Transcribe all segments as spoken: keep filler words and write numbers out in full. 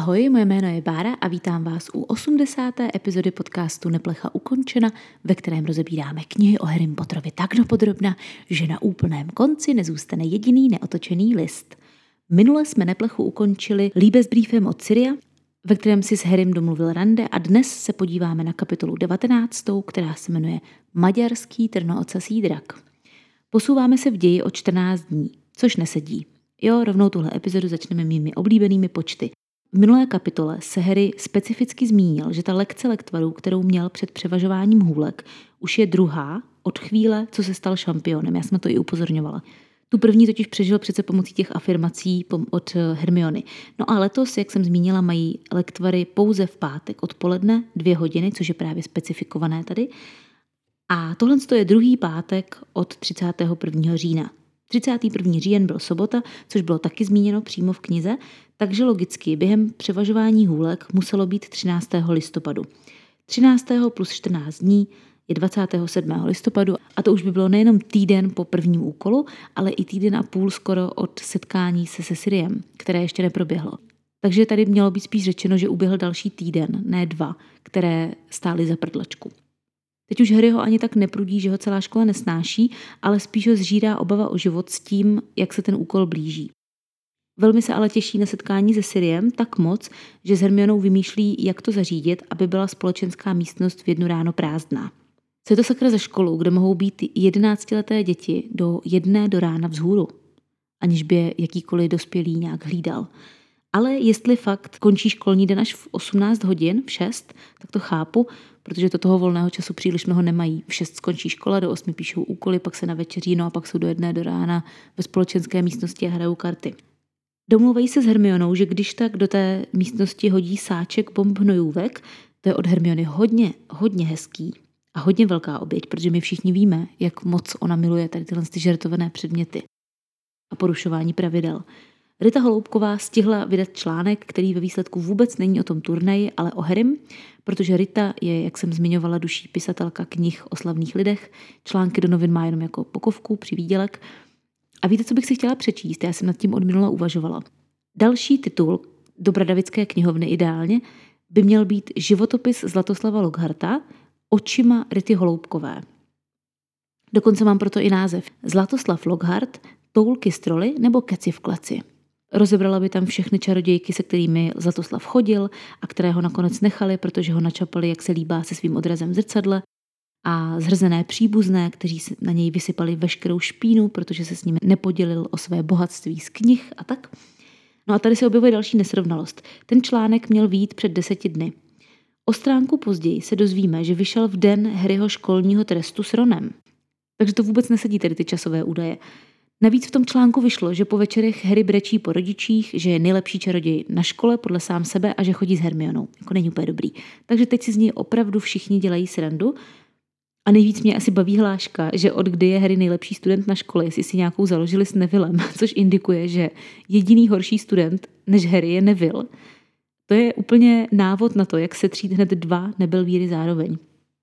Ahoj, moje jméno je Bára a vítám vás u osmdesáté epizody podcastu Neplecha ukončena, ve kterém rozebíráme knihy o Harrym Potterovi tak dopodrobna, že na úplném konci nezůstane jediný neotočený list. Minule jsme Neplechu ukončili Liebesbriefem od Ciria, ve kterém si s Harrym domluvil rande, a dnes se podíváme na kapitolu devatenáctou, která se jmenuje Maďarský trnoocasý drak. Posouváme se v ději o čtrnáct dní, což nesedí. Jo, rovnou tuhle epizodu začneme mými oblíbenými počty. V minulé kapitole se Harry specificky zmínil, že ta lekce lektvarů, kterou měl před převažováním hůlek, už je druhá od chvíle, co se stal šampionem. Já jsem to i upozorňovala. Tu první totiž přežil přece pomocí těch afirmací od Hermiony. No a letos, jak jsem zmínila, mají lektvary pouze v pátek odpoledne, dvě hodiny, což je právě specifikované tady. A tohle je druhý pátek od třicátého prvního října. třicátý první říjen byl sobota, což bylo taky zmíněno přímo v knize, takže logicky během převažování hůlek muselo být třináctého listopadu. třináctého plus čtrnáct dní je dvacátého sedmého listopadu a to už by bylo nejenom týden po prvním úkolu, ale i týden a půl skoro od setkání se se Siriem, které ještě neproběhlo. Takže tady mělo být spíš řečeno, že uběhl další týden, ne dva, které stály za prdlačku. Teď už Harry ho ani tak neprudí, že ho celá škola nesnáší, ale spíš ho zžírá obava o život s tím, jak se ten úkol blíží. Velmi se ale těší na setkání se Siriem tak moc, že s Hermionou vymýšlí, jak to zařídit, aby byla společenská místnost v jednu ráno prázdná. Co je to sakra za školu, kde mohou být jedenáctileté děti do jedné do rána vzhůru, aniž by je jakýkoliv dospělý nějak hlídal. Ale jestli fakt končí školní den až v osmnáct hodin, v šest, tak to chápu, protože to toho volného času příliš mnoho nemají. V šest skončí škola, do osmi píšou úkoly, pak se navečeří, no a pak jsou do jedné do rána ve společenské místnosti a hrajou karty. Domluvají se s Hermionou, že když tak do té místnosti hodí sáček bomb hnojůvek, to je od Hermiony hodně, hodně hezký a hodně velká oběť, protože my všichni víme, jak moc ona miluje tady tyhle ty žertované předměty a porušování pravidel. Rita Holoubková stihla vydat článek, který ve výsledku vůbec není o tom turnaji, ale o Harrym, protože Rita je, jak jsem zmiňovala, duší pisatelka knih o slavných lidech. Články do novin má jenom jako pokovku, přivídělek. A víte, co bych si chtěla přečíst? Já jsem nad tím od minula uvažovala. Další titul Dobradavické knihovny ideálně by měl být Životopis Zlatoslava Lockharta očima Rity Holoubkové. Dokonce mám proto i název Zlatoslav Lockhart, Toulky z troly nebo Keci v kleci. Rozebrala by tam všechny čarodějky, se kterými Zlatoslav chodil a které ho nakonec nechali, protože ho načapali, jak se líbá, se svým odrazem v zrcadle, a zhrzené příbuzné, kteří na něj vysypali veškerou špínu, protože se s nimi nepodělil o své bohatství z knih a tak. No a tady se objevuje další nesrovnalost. Ten článek měl vyjít před deseti dny. O stránku později se dozvíme, že vyšel v den Harryho školního trestu s Ronem. Takže to vůbec nesedí tady ty časové údaje. Navíc v tom článku vyšlo, že po večerech Harry brečí po rodičích, že je nejlepší čaroděj na škole podle sám sebe a že chodí s Hermionou. Jako není úplně dobrý. Takže teď si z něj opravdu všichni dělají srandu. A nejvíc mě asi baví hláška, že od kdy je Harry nejlepší student na škole, jestli si nějakou založili s Nevillem, což indikuje, že jediný horší student než Harry je Neville. To je úplně návod na to, jak se třít hned dva nebelvíry zároveň.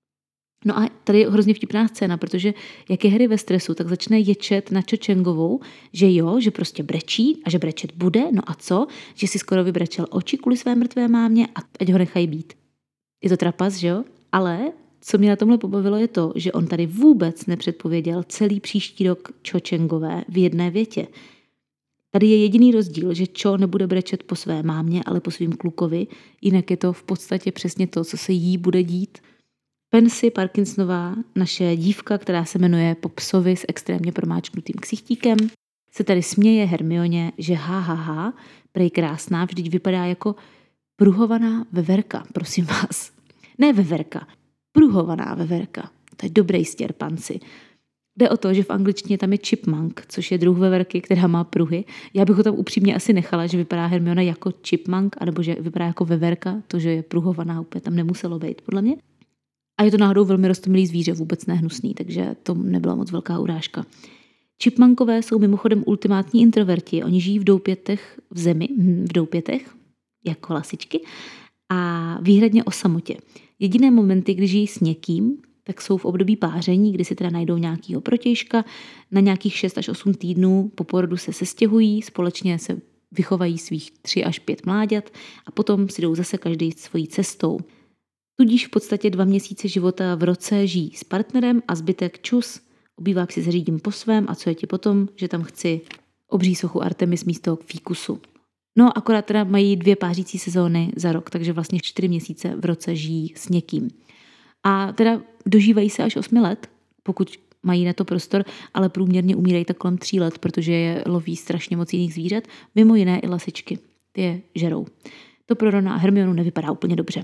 No a tady je hrozně vtipná scéna, protože jak je Harry ve stresu, tak začne ječet na Cho Changovou, že jo, že prostě brečí a že brečet bude, no a co? Že si skoro vybrečel oči kvůli své mrtvé mámě a ať ho nechají být. Je to trapas, že jo? Ale co mě na tomhle pobavilo je to, že on tady vůbec nepředpověděl celý příští rok Cho Changové v jedné větě. Tady je jediný rozdíl, že Cho nebude brečet po své mámě, ale po svým klukovi, jinak je to v podstatě přesně to, co se jí bude dít. Pansy Parkinsonová, naše dívka, která se jmenuje po psovi s extrémně promáčknutým ksichtíkem, se tady směje Hermioně, že ha, ha, ha, prej krásná, vždyť vypadá jako pruhovaná veverka, prosím vás. Ne veverka, pruhovaná veverka. To je dobrý stěr, Pansy. Jde o to, že v angličtině tam je chipmunk, což je druh veverky, která má pruhy. Já bych ho tam upřímně asi nechala, že vypadá Hermiona jako chipmunk, anebo že vypadá jako veverka, to, že je pruhovaná, úplně tam nemuselo být, podle mě. A je to náhodou velmi roztomilý zvíře, vůbec nehnusný, takže to nebyla moc velká urážka. Chipmunkové jsou mimochodem ultimátní introverti. Oni žijí v doupětech v zemi, v doupětech, jako lasičky, a výhradně o samotě. Jediné momenty, kdy žijí s někým, tak jsou v období páření, kdy si teda najdou nějakýho protějška, na nějakých šest až osm týdnů po porodu se sestěhují, společně se vychovají svých tři až pět mláďat a potom si jdou zase každý svojí cestou. Tudíž v podstatě dva měsíce života v roce žijí s partnerem a zbytek čus, obývák si zařídím po svém a co je ti potom, že tam chci obří sochu Artemis místo fíkusu. No akorát teda mají dvě pářící sezóny za rok, takže vlastně čtyři měsíce v roce žijí s někým. A teda dožívají se až osmi let, pokud mají na to prostor, ale průměrně umírají tak kolem tří let, protože je loví strašně moc jiných zvířat, mimo jiné i lasičky. Ty je žerou. To pro Rona a Hermionu nevypadá úplně dobře.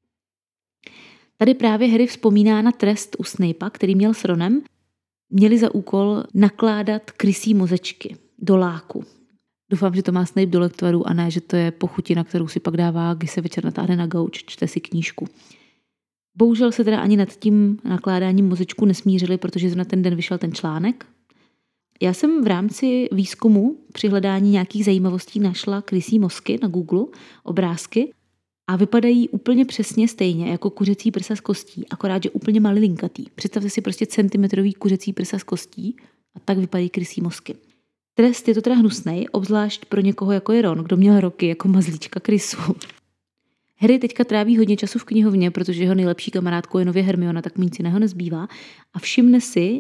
Tady právě Harry vzpomíná na trest u Snapea, který měl s Ronem. Měli za úkol nakládat krysí mozečky do láku. Doufám, že to má Snape do lektvaru a ne, že to je pochutina, kterou si pak dává, když se večer natáhne na gauč, čte si knížku. Bohužel se teda ani nad tím nakládáním mozečku nesmířili, protože na ten den vyšel ten článek. Já jsem v rámci výzkumu při hledání nějakých zajímavostí našla krysí mozky na Google, obrázky, a vypadají úplně přesně stejně jako kuřecí prsa z kostí, akorát, že úplně malilinkatý. Představte si prostě centimetrový kuřecí prsa z kostí a tak vypadají krysí mozky. Trest je to teda hnusnej, obzvlášť pro někoho jako je Ron, kdo měl roky jako mazlíčka krysu. Harry teďka tráví hodně času v knihovně, protože jeho nejlepší kamarádkou je nově Hermiona, tak nic jiného nezbývá. A všimne si,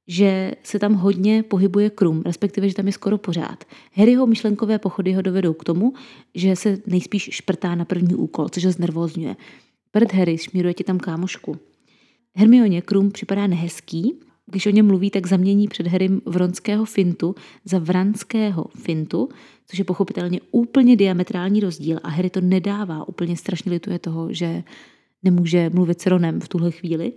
že se tam hodně pohybuje Krum, respektive, že tam je skoro pořád. Harryho myšlenkové pochody ho dovedou k tomu, že se nejspíš šprtá na první úkol, což ho znervózňuje. Před Harry, šmíruje ti tam kámošku. Hermioně Krum připadá nehezký. Když o něm mluví, tak zamění před Harrym vronského fintu za vranského fintu, což je pochopitelně úplně diametrální rozdíl a Harry to nedává, úplně strašně lituje toho, že nemůže mluvit s Ronem v tuhle chvíli.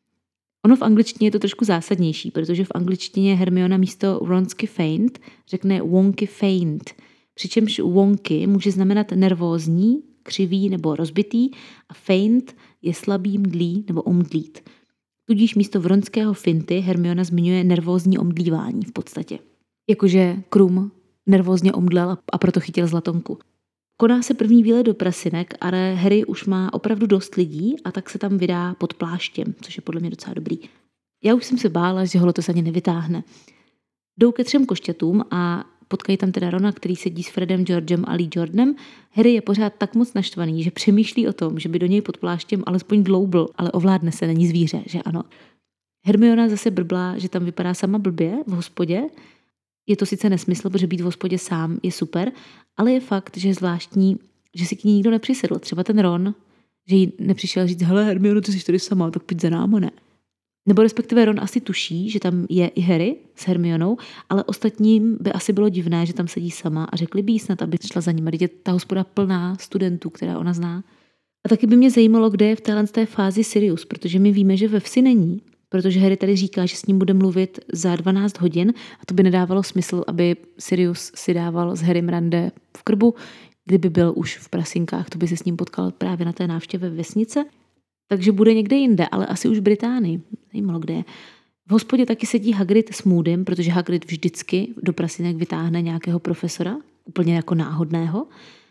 Ono v angličtině je to trošku zásadnější, protože v angličtině Hermiona místo wronsky faint řekne wonky faint, přičemž wonky může znamenat nervózní, křivý nebo rozbitý a faint je slabý, mdlý nebo omdlít. Tudíž místo vronského finty Hermiona zmiňuje nervózní omdlívání v podstatě. Jakože Krum nervózně omdlel a proto chytil zlatonku. Koná se první výlet do prasinek, ale Harry už má opravdu dost lidí a tak se tam vydá pod pláštěm, což je podle mě docela dobrý. Já už jsem se bála, že ho to se ani nevytáhne. Jdou ke třem košťatům a potkají tam teda Rona, který sedí s Fredem, Georgem a Lee Jordanem. Harry je pořád tak moc naštvaný, že přemýšlí o tom, že by do něj pod pláštěm alespoň dloubl, ale ovládne se, není zvíře, že ano. Hermiona zase brblá, že tam vypadá sama blbě v hospodě. Je to sice nesmysl, protože být v hospodě sám je super, ale je fakt, že je zvláštní, že si k ní nikdo nepřisedl. Třeba ten Ron, že jí nepřišel říct, hele Hermiono, ty jsi tady sama, tak pojď za náma, ne? Nebo respektive Ron asi tuší, že tam je i Harry s Hermionou, ale ostatním by asi bylo divné, že tam sedí sama a řekli by jí snad, aby šla za ním. Teď je ta hospoda plná studentů, která ona zná. A taky by mě zajímalo, kde je v téhle té fázi Sirius, protože my víme, že ve vsi není, protože Harry tady říká, že s ním bude mluvit za dvanáct hodin a to by nedávalo smysl, aby Sirius si dával s Harrym rande v krbu, kdyby byl už v prasinkách, to by se s ním potkal právě na té návštěvě vesnice. Takže bude někde jinde, ale asi už v Británii. Zajímalo, kde je. V hospodě taky sedí Hagrid s Moodym, protože Hagrid vždycky do prasinek vytáhne nějakého profesora, úplně jako náhodného,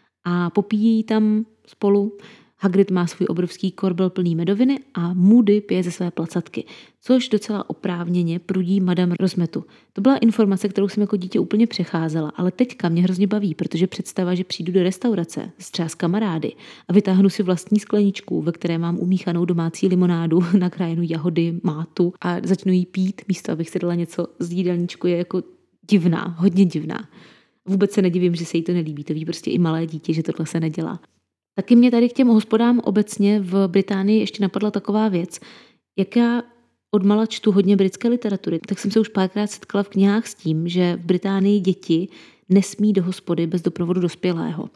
a popíjí tam spolu. Hagrid má svůj obrovský korbel plný medoviny a Moody pije ze své placatky, což docela oprávněně prudí Madame Rozmetu. To byla informace, kterou jsem jako dítě úplně přecházela, ale teďka mě hrozně baví, protože představa, že přijdu do restaurace třeba s kamarády a vytáhnu si vlastní skleničku, ve které mám umíchanou domácí limonádu, nakrájenou jahody, mátu a začnu jí pít, místo abych si dala něco z jídelníčku, je jako divná, hodně divná. Vůbec se nedivím, že se jí to nelíbí, to ví prostě i malé dítě, že tohle se nedělá. Taky mě tady k těm hospodám obecně v Británii ještě napadla taková věc. Jak já odmala čtu hodně britské literatury, tak jsem se už párkrát setkala v knihách s tím, že v Británii děti nesmí do hospody bez doprovodu dospělého.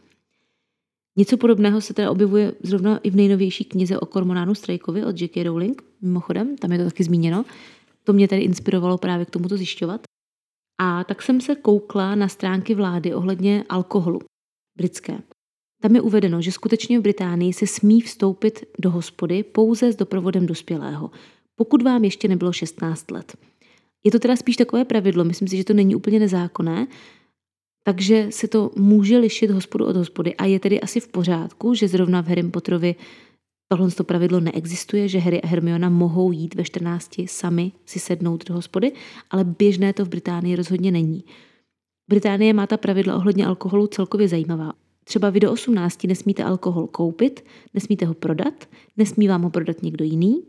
Něco podobného se teda objevuje zrovna i v nejnovější knize o Cormoránu Strakeovi od J K Rowling, mimochodem, tam je to taky zmíněno. To mě tady inspirovalo právě k tomuto zjišťovat. A tak jsem se koukla na stránky vlády ohledně alkoholu britské. Tam je uvedeno, že skutečně v Británii se smí vstoupit do hospody pouze s doprovodem dospělého, pokud vám ještě nebylo šestnáct let. Je to teda spíš takové pravidlo, myslím si, že to není úplně nezákonné, takže se to může lišit hospodu od hospody a je tedy asi v pořádku, že zrovna v Harrym Potterovi tohle pravidlo neexistuje, že Harry a Hermiona mohou jít ve čtrnácti sami si sednout do hospody, ale běžné to v Británii rozhodně není. Británie má ta pravidla ohledně alkoholu celkově zajímavá. Třeba vy do osmnácti nesmíte alkohol koupit, nesmíte ho prodat, nesmí vám ho prodat někdo jiný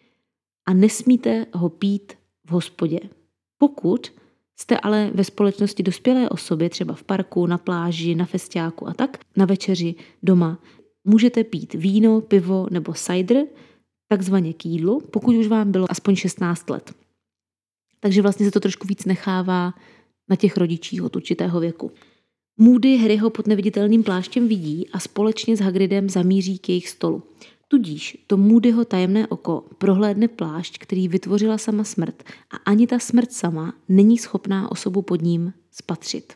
a nesmíte ho pít v hospodě. Pokud jste ale ve společnosti dospělé osoby, třeba v parku, na pláži, na festiáku a tak, na večeři, doma, můžete pít víno, pivo nebo cider, takzvaně k jídlu, pokud už vám bylo aspoň šestnáct let. Takže vlastně se to trošku víc nechává na těch rodičích od určitého věku. Moody Harryho pod neviditelným pláštěm vidí a společně s Hagridem zamíří k jejich stolu. Tudíž to Moodyho tajemné oko prohlédne plášť, který vytvořila sama smrt a ani ta smrt sama není schopná osobu pod ním spatřit.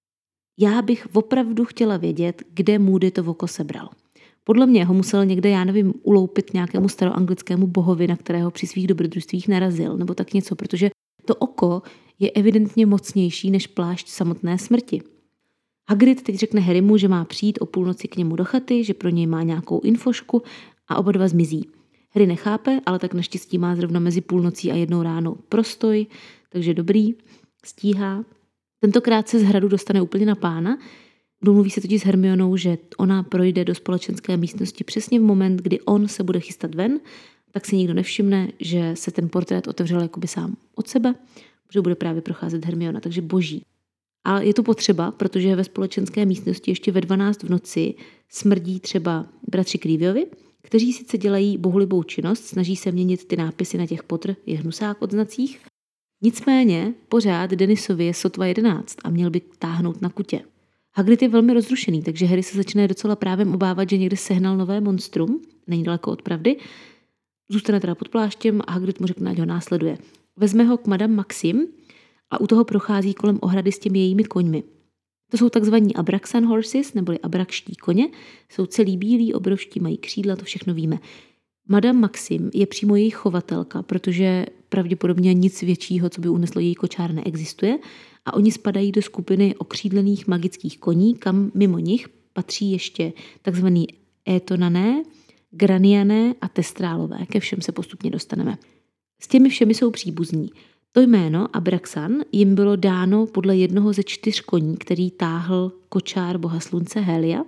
Já bych opravdu chtěla vědět, kde Moody to oko sebral. Podle mě ho musel někde, já nevím, uloupit nějakému staroanglickému bohovi, na kterého při svých dobrodružstvích narazil, nebo tak něco, protože to oko je evidentně mocnější než plášť samotné smrti. Hagrid teď řekne Harrymu, že má přijít o půlnoci k němu do chaty, že pro něj má nějakou infošku a oba dva zmizí. Harry nechápe, ale tak naštěstí má zrovna mezi půlnocí a jednou ráno prostoj, takže dobrý, stíhá. Tentokrát se z hradu dostane úplně na pána. Domluví se totiž s Hermionou, že ona projde do společenské místnosti přesně v moment, kdy on se bude chystat ven, tak si nikdo nevšimne, že se ten portrét otevřel jakoby sám od sebe, protože bude právě procházet Hermiona, takže boží. Ale je to potřeba, protože ve společenské místnosti ještě ve dvanáct v noci smrdí třeba bratři Creevyovi, kteří sice dělají bohulibou činnost, snaží se měnit ty nápisy na těch Potter je hnusák odznacích, nicméně pořád Dennisovi je sotva jedenáct a měl by táhnout na kutě. Hagrid je velmi rozrušený, takže Harry se začne docela právem obávat, že někde sehnal nové monstrum, není daleko od pravdy, zůstane teda pod pláštěm a Hagrid mu řekne, ať ho následuje. Vezme ho k Madame Maxim a u toho prochází kolem ohrady s těmi jejími koňmi. To jsou takzvaní Abraxan horses, neboli abrakští koně, jsou celý bílí, obrovští, mají křídla, to všechno víme. Madame Maxim je přímo jejich chovatelka, protože pravděpodobně nic většího, co by uneslo její kočár, neexistuje a oni spadají do skupiny okřídlených magických koní, kam mimo nich patří ještě takzvaný étonané, graniané a testrálové. Ke všem se postupně dostaneme. S těmi všemi jsou příbuzní. To jméno Abraxan jim bylo dáno podle jednoho ze čtyř koní, který táhl kočár boha slunce Helia.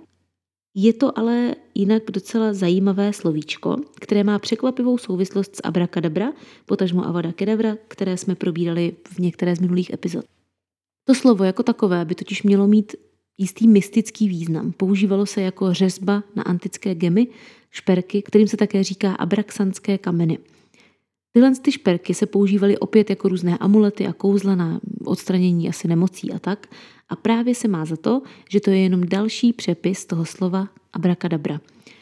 Je to ale jinak docela zajímavé slovíčko, které má překvapivou souvislost s abracadabra, potažmo avada kedavra, které jsme probírali v některé z minulých epizod. To slovo jako takové by totiž mělo mít jistý mystický význam. Používalo se jako řezba na antické gemy, šperky, kterým se také říká abraxanské kameny. Tyhle ty šperky se používaly opět jako různé amulety a kouzla na odstranění asi nemocí a tak. A právě se má za to, že to je jenom další přepis toho slova abracadabra.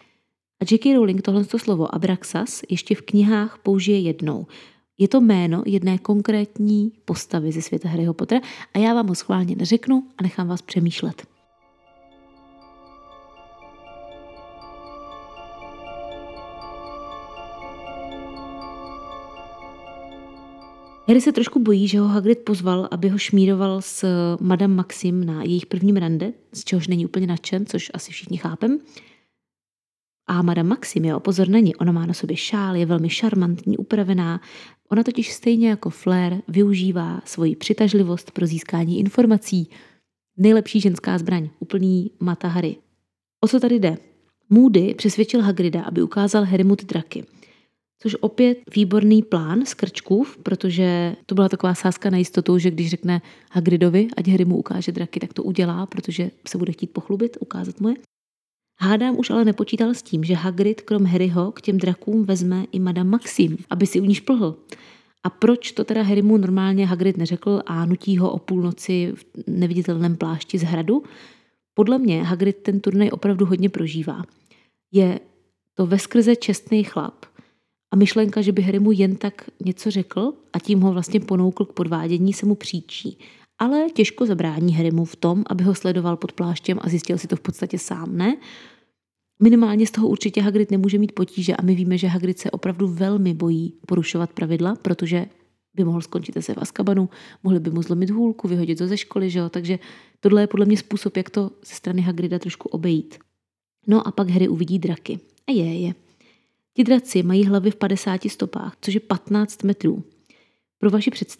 A J K Rowling tohle slovo abraxas ještě v knihách použije jednou. Je to jméno jedné konkrétní postavy ze světa Harryho Pottera a já vám ho schválně neřeknu a nechám vás přemýšlet. Harry se trošku bojí, že ho Hagrid pozval, aby ho šmíroval s Madame Maxim na jejich prvním rande, z čehož není úplně nadšen, což asi všichni chápem. A Madame Maxim, jo, pozor na ní, ona má na sobě šál, je velmi šarmantní, upravená. Ona totiž stejně jako Flair využívá svoji přitažlivost pro získání informací. Nejlepší ženská zbraň, úplný mata Harry. O co tady jde? Moody přesvědčil Hagrida, aby ukázal Harrymu ty draky. Což opět výborný plán z krčkův, protože to byla taková sázka na jistotu, že když řekne Hagridovi, ať Harry mu ukáže draky, tak to udělá, protože se bude chtít pochlubit, ukázat mu je. Hádám už ale nepočítal s tím, že Hagrid krom Harryho k těm drakům vezme i Madame Maxim, aby si u ní šplhl. A proč to teda Harrymu normálně Hagrid neřekl a nutí ho o půlnoci v neviditelném plášti z hradu? Podle mě Hagrid ten turnaj opravdu hodně prožívá. Je to veskrze čestný chlap a myšlenka, že by Harrymu jen tak něco řekl a tím ho vlastně ponoukl k podvádění, se mu příčí. Ale těžko zabrání Harrymu v tom, aby ho sledoval pod pláštěm a zjistil si to v podstatě sám, ne? Minimálně z toho určitě Hagrid nemůže mít potíže a my víme, že Hagrid se opravdu velmi bojí porušovat pravidla, protože by mohl skončit se v Azkabanu, mohli by mu zlomit hůlku, vyhodit ho ze školy, že jo? Takže tohle je podle mě způsob, jak to ze strany Hagrida trošku obejít. No a pak Harry uvidí draky. A je, je. Ti draci mají hlavy v padesáti stopách, což je patnáct metrů. Pro vaši představu,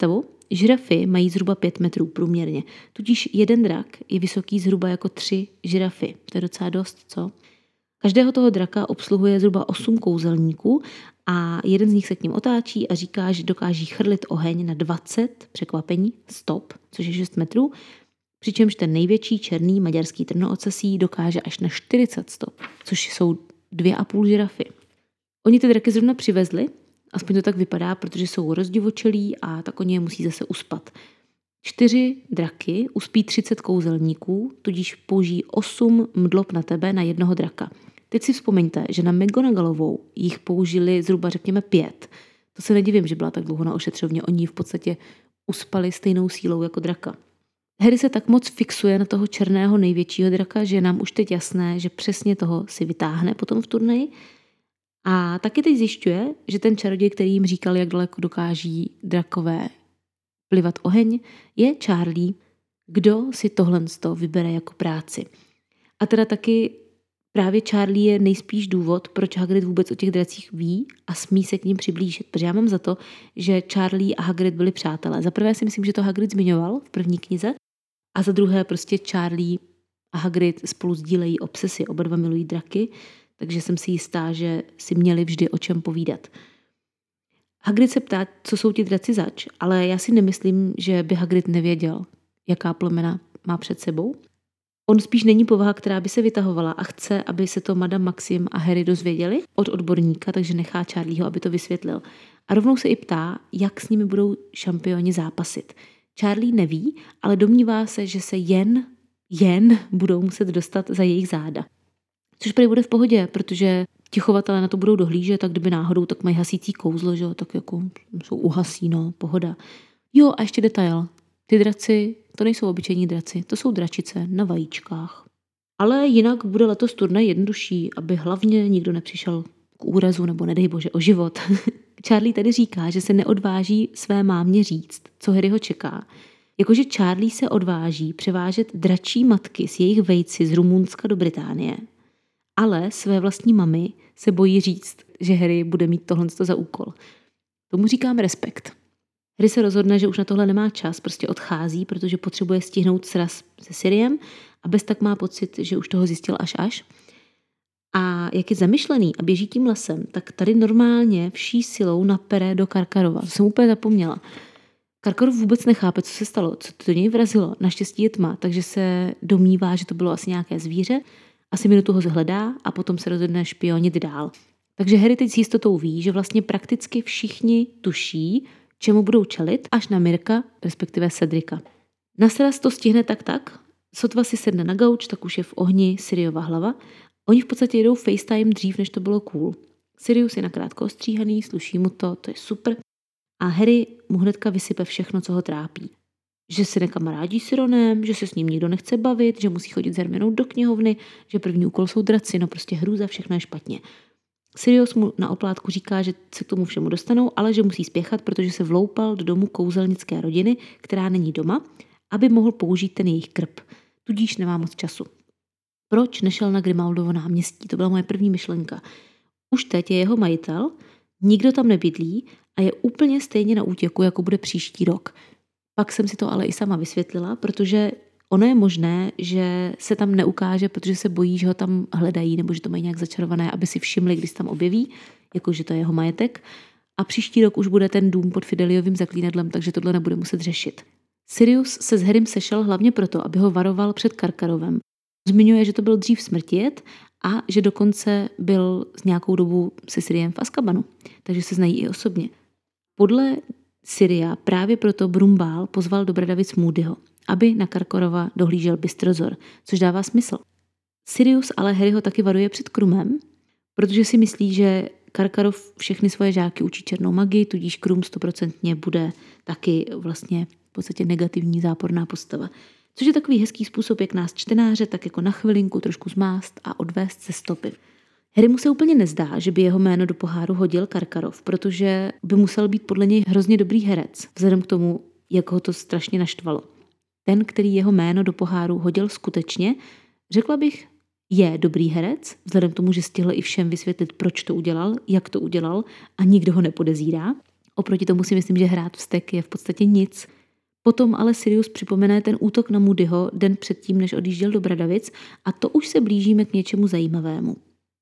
Žirafy mají zhruba pět metrů průměrně, tudíž jeden drak je vysoký zhruba jako tři žirafy. To je docela dost, co? Každého toho draka obsluhuje zhruba osm kouzelníků a jeden z nich se k ním otáčí a říká, že dokáží chrlit oheň na dvacet, překvapení, stop, což je šest metrů, přičemž ten největší černý maďarský trnoocasí dokáže až na čtyřicet stop, což jsou dvě a půl žirafy. Oni ty draky zrovna přivezli, aspoň to tak vypadá, protože jsou rozdivočelí a tak oni je musí zase uspat. Čtyři draky uspí třicet kouzelníků, tudíž použijí osm mdlob na tebe na jednoho draka. Teď si vzpomeňte, že na McGonagallovou jich použili zhruba řekněme pět. To se nedivím, že byla tak dlouho na ošetřovně. Oni v podstatě uspali stejnou sílou jako draka. Harry se tak moc fixuje na toho černého největšího draka, že je nám už teď jasné, že přesně toho si vytáhne potom v turnaji. A taky teď zjišťuje, že ten čaroděj, který jim říkal, jak daleko dokáží drakové plivat oheň, je Charlie, kdo si tohle vybere jako práci. A teda taky právě Charlie je nejspíš důvod, proč Hagrid vůbec o těch dracích ví a smí se k ním přiblížit. Protože já mám za to, že Charlie a Hagrid byli přátelé. Za prvé si myslím, že to Hagrid zmiňoval v první knize a za druhé prostě Charlie a Hagrid spolu sdílejí obsesy. Oba dva milují draky, takže jsem si jistá, že si měli vždy o čem povídat. Hagrid se ptá, co jsou ti draci zač, ale já si nemyslím, že by Hagrid nevěděl, jaká plemena má před sebou. On spíš není povaha, která by se vytahovala a chce, aby se to Madame Maxim a Harry dozvěděli od odborníka, takže nechá Charlieho, aby to vysvětlil. A rovnou se i ptá, jak s nimi budou šampioni zápasit. Charlie neví, ale domnívá se, že se jen, jen budou muset dostat za jejich záda. Což prý bude v pohodě, protože ti chovatelé na to budou dohlížet, tak kdyby náhodou, tak mají hasící kouzlo, že jo, tak jako jsou uhasí, no, pohoda. Jo, a ještě detail. Ty draci, to nejsou obyčejní draci, to jsou dračice na vajíčkách. Ale jinak bude letos turnaj jednodušší, aby hlavně nikdo nepřišel k úrazu nebo nedej bože o život. Charlie tady říká, že se neodváží své mámě říct, co Harryho čeká. Jakože Charlie se odváží převážet dračí matky s jejich vejci z Rumunska do Británie. Ale své vlastní mami se bojí říct, že Harry bude mít tohle za úkol. Tomu říkám respekt. Harry se rozhodne, že už na tohle nemá čas, prostě odchází, protože potřebuje stihnout sraz se Siriem a bez tak má pocit, že už toho zjistil až až. A jak je zamyšlený a běží tím lesem, tak tady normálně vší silou napere do Karkarova. To jsem úplně zapomněla. Karkarov vůbec nechápe, co se stalo, co to do něj vrazilo. Naštěstí je tma, takže se domnívá, že to bylo asi nějaké zvíře. Asi minutu ho zhledá a potom se rozhodne špionit dál. Takže Harry teď s jistotou ví, že vlastně prakticky všichni tuší, čemu budou čelit, až na Mirka, respektive Cedrika. Na sraz to stihne tak tak, sotva si sedne na gauč, tak už je v ohni Siriova hlava. Oni v podstatě jedou FaceTime dřív, než to bylo cool. Sirius je nakrátko ostříhaný, sluší mu to, to je super. A Harry mu hnedka vysype všechno, co ho trápí. Že se nekamarádí s Ronem, že se s ním nikdo nechce bavit, že musí chodit s Hermionou do knihovny, že první úkol jsou draci, no prostě hrůza, všechno je špatně. Sirius mu na oplátku říká, že se k tomu všemu dostanou, ale že musí spěchat, protože se vloupal do domu kouzelnické rodiny, která není doma, aby mohl použít ten jejich krb. Tudíž nemá moc času. Proč nešel na Grimaldovo náměstí? To byla moje první myšlenka. Už teď je jeho majitel, nikdo tam nebydlí a je úplně stejně na útěku, jako bude příští rok. Pak jsem si to ale i sama vysvětlila, protože ono je možné, že se tam neukáže, protože se bojí, že ho tam hledají nebo že to mají nějak začarované, aby si všimli, když se tam objeví, jakože to je jeho majetek. A příští rok už bude ten dům pod Fideliovým zaklínadlem, takže tohle nebude muset řešit. Sirius se s Harrym sešel hlavně proto, aby ho varoval před Karkarovem. Zmiňuje, že to byl dřív smrtijet a že dokonce byl s nějakou dobu se Siriem v Azkabanu, takže se znají i osobně. Podle Siria právě proto Brumbál pozval Dobradavic Moodyho, aby na Karkarova dohlížel Bystrozor, což dává smysl. Sirius ale Harryho taky varuje před Krumem, protože si myslí, že Karkarov všechny svoje žáky učí černou magii, tudíž Krum stoprocentně bude taky vlastně v podstatě negativní záporná postava. Což je takový hezký způsob, jak nás čtenáře tak jako na chvilinku trošku zmást a odvést ze stopy. Harry mu se úplně nezdá, že by jeho jméno do poháru hodil Karkarov, protože by musel být podle něj hrozně dobrý herec, vzhledem k tomu, jak ho to strašně naštvalo. Ten, který jeho jméno do poháru hodil skutečně, řekla bych, je dobrý herec, vzhledem k tomu, že stihl i všem vysvětlit, proč to udělal, jak to udělal a nikdo ho nepodezírá. Oproti tomu si myslím, že hrát vztek je v podstatě nic. Potom ale Sirius připomene ten útok na Moodyho den předtím, než odjížděl do Bradavic, a to už se blížíme k něčemu zajímavému.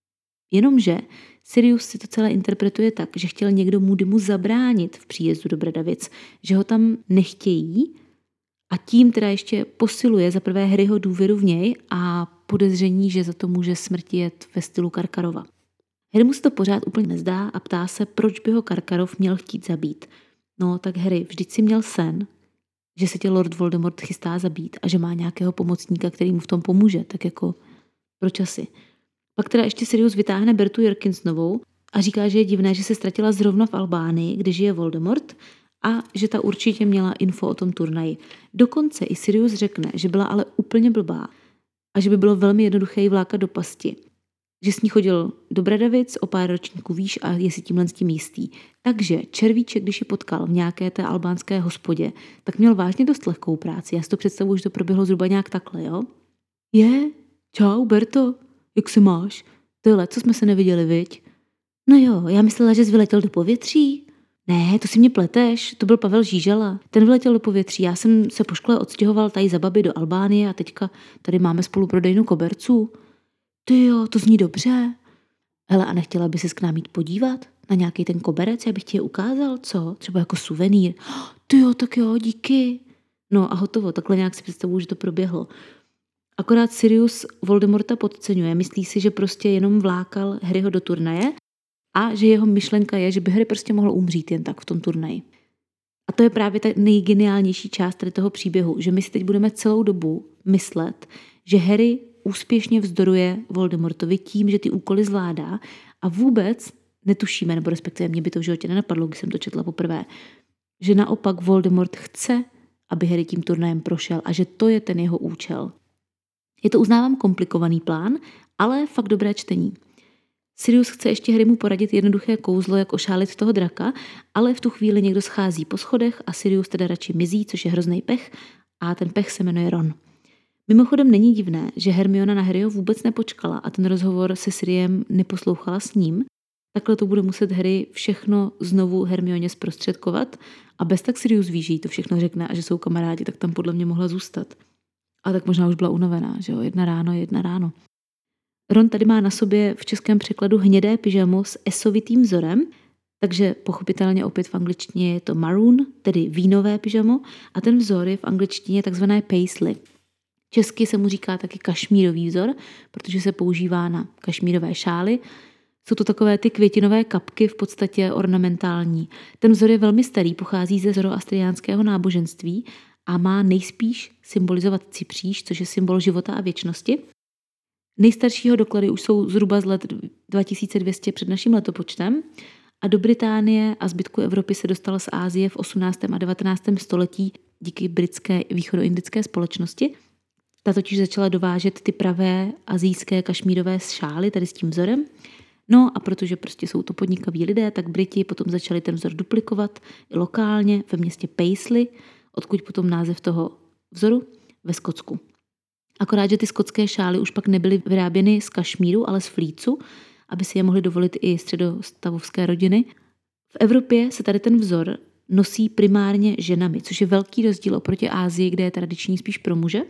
Jenomže Sirius si to celé interpretuje tak, že chtěl někdo Moodymu zabránit v příjezdu do Bradavic, že ho tam nechtějí, a tím teda ještě posiluje za prvé Harryho důvěru v něj a podezření, že za to může smrtijet ve stylu Karkarova. Harry mu se to pořád úplně nezdá a ptá se, proč by ho Karkarov měl chtít zabít. No tak Harry, vždyť si měl sen, že se tě Lord Voldemort chystá zabít a že má nějakého pomocníka, který mu v tom pomůže, tak jako proč asi. Pak teda ještě Sirius vytáhne Bertu Jorkinsonovou a říká, že je divné, že se ztratila zrovna v Albánii, kde žije Voldemort, a že ta určitě měla info o tom turnaji. Dokonce i Sirius řekne, že byla ale úplně blbá a že by bylo velmi jednoduché ji vlákat do pasti. Že s ní chodil do Bradavic o pár ročníků výš a je si tímhle s tím jistý. Takže Červíček, když ji potkal v nějaké té albánské hospodě, tak měl vážně dost lehkou práci. Já si to představuji, že to proběhlo zhruba nějak takhle, jo? Je, čau Berto, jak se máš? To je let, co jsme se neviděli, viď? No jo, já myslela, že jsi vyletěl do povětří. Ne, to si mě pleteš, to byl Pavel Žížala. Ten vyletěl do povětří, já jsem se po škole odstěhoval tady za babi do Albánie a teďka tady máme spolu prodejnu koberců. Ty jo, to zní dobře. Hele, a nechtěla by ses k nám jít podívat na nějaký ten koberec, já bych ti je ukázal, co? Třeba jako suvenýr. Ty jo, tak jo, díky. No a hotovo, takhle nějak si představuji, že to proběhlo. Akorát Sirius Voldemorta podceňuje, myslí si, že prostě jenom vlákal Harryho do turnaje a že jeho myšlenka je, že by Harry prostě mohl umřít jen tak v tom turnaji. A to je právě ta nejgeniálnější část tady toho příběhu, že my si teď budeme celou dobu myslet, že Harry úspěšně vzdoruje Voldemortovi tím, že ty úkoly zvládá a vůbec netušíme, nebo respektive mě by to v životě nenapadlo, když jsem to četla poprvé, že naopak Voldemort chce, aby Harry tím turnajem prošel a že to je ten jeho účel. Je to, uznávám, komplikovaný plán, ale fakt dobré čtení. Sirius chce ještě Harrymu poradit jednoduché kouzlo, jak ošálit toho draka, ale v tu chvíli někdo schází po schodech a Sirius teda radši mizí, což je hrozný pech, a ten pech se jmenuje Ron. Mimochodem není divné, že Hermiona na Harryho vůbec nepočkala a ten rozhovor se Siriem neposlouchala s ním. Takhle to bude muset Harry všechno znovu Hermioně zprostředkovat a bez tak Sirius ví, že jí to všechno řekne a že jsou kamarádi, tak tam podle mě mohla zůstat. A tak možná už byla unavená, že jo, jedna ráno, jedna ráno. Ron tady má na sobě v českém překladu hnědé pyžamo s esovitým vzorem, takže pochopitelně opět v angličtině je to maroon, tedy vínové pyžamo, a ten vzor je v angličtině takzvané paisley. Česky se mu říká taky kašmírový vzor, protože se používá na kašmírové šály. Jsou to takové ty květinové kapky, v podstatě ornamentální. Ten vzor je velmi starý, pochází ze zoroastriánského náboženství a má nejspíš symbolizovat cypříš, což je symbol života a věčnosti. Nejstaršího doklady už jsou zhruba z let dva tisíce dvě stě před naším letopočtem a do Británie a zbytku Evropy se dostal z Asie v osmnáctém a devatenáctém století díky britské východoindické společnosti. Ta totiž začala dovážet ty pravé asijské kašmírové šály tady s tím vzorem. No a protože prostě jsou to podnikaví lidé, tak Briti potom začali ten vzor duplikovat i lokálně ve městě Paisley, odkud potom název toho vzoru, ve Skotsku. Akorát, že ty skotské šály už pak nebyly vyráběny z kašmíru, ale z flícu, aby si je mohly dovolit i středostavovské rodiny. V Evropě se tady ten vzor nosí primárně ženami, což je velký rozdíl oproti Asii, kde je tradiční spíš pro muže.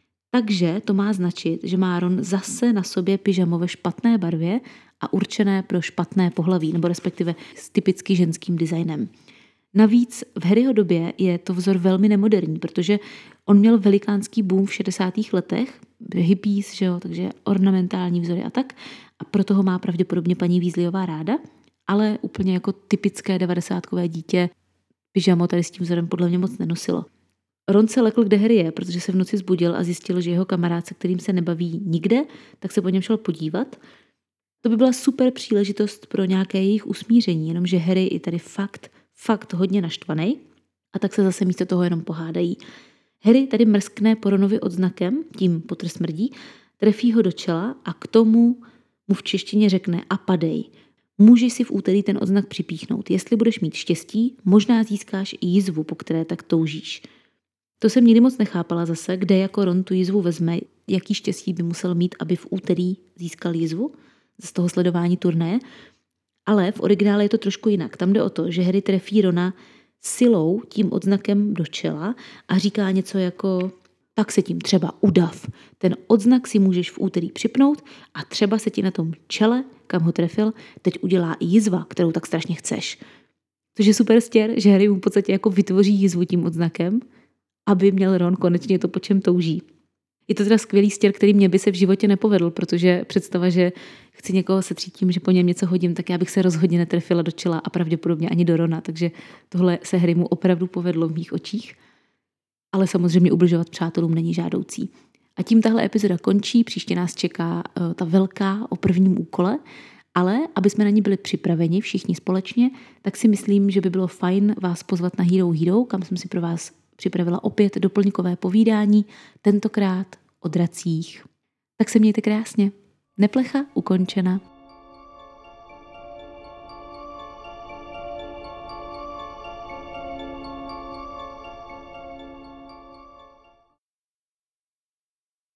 Takže to má značit, že má Ron zase na sobě pyžamo ve špatné barvě a určené pro špatné pohlaví, nebo respektive s typicky ženským designem. Navíc v Harryho době je to vzor velmi nemoderní, protože on měl velikánský boom v šedesátých letech, hippies, že jo, takže ornamentální vzory a tak, a proto ho má pravděpodobně paní Weasleyová ráda, ale úplně jako typické devadesátkové dítě pyžamo tady s tím vzorem podle mě moc nenosilo. Ron se lekl, kde Harry je, protože se v noci zbudil a zjistil, že jeho kamarád, se kterým se nebaví nikde, tak se po něm šel podívat. To by byla super příležitost pro nějaké jejich usmíření, jenomže Harry je tady fakt, fakt hodně naštvaný a tak se zase místo toho jenom pohádají. Harry tady mrskne po Ronovi odznakem, tím Potter smrdí, trefí ho do čela a k tomu mu v češtině řekne a padej. Můžeš si v úterý ten odznak připíchnout. Jestli budeš mít štěstí, možná získáš i jizvu, po které tak toužíš. To jsem nikdy moc nechápala zase, kde jako Ron tu jizvu vezme, jaký štěstí by musel mít, aby v úterý získal jizvu z toho sledování turnaje. Ale v originále je to trošku jinak. Tam jde o to, že Harry trefí Rona silou tím odznakem do čela a říká něco jako tak se tím třeba udav. Ten odznak si můžeš v úterý připnout a třeba se ti na tom čele, kam ho trefil, teď udělá i jizva, kterou tak strašně chceš. Což je super stěr, že Harry mu v podstatě jako vytvoří jizvu tím odznakem, aby měl Ron konečně to, po čem touží. Je to teda skvělý stěr, který mě by se v životě nepovedl, protože představa, že chci někoho setřít tím, že po něm něco hodím, tak já bych se rozhodně netrefila do čela a pravděpodobně ani do Rona, takže tohle se Harrymu opravdu povedlo v mých očích. Ale samozřejmě ubližovat přátelům není žádoucí. A tím tahle epizoda končí, příště nás čeká uh, ta velká o prvním úkole, ale aby jsme na ní byli připraveni všichni společně, tak si myslím, že by bylo fajn vás pozvat na Hero Hero, kam jsem si pro vás připravila opět doplňkové povídání, tentokrát o dracích. Tak se mějte krásně. Neplecha ukončena.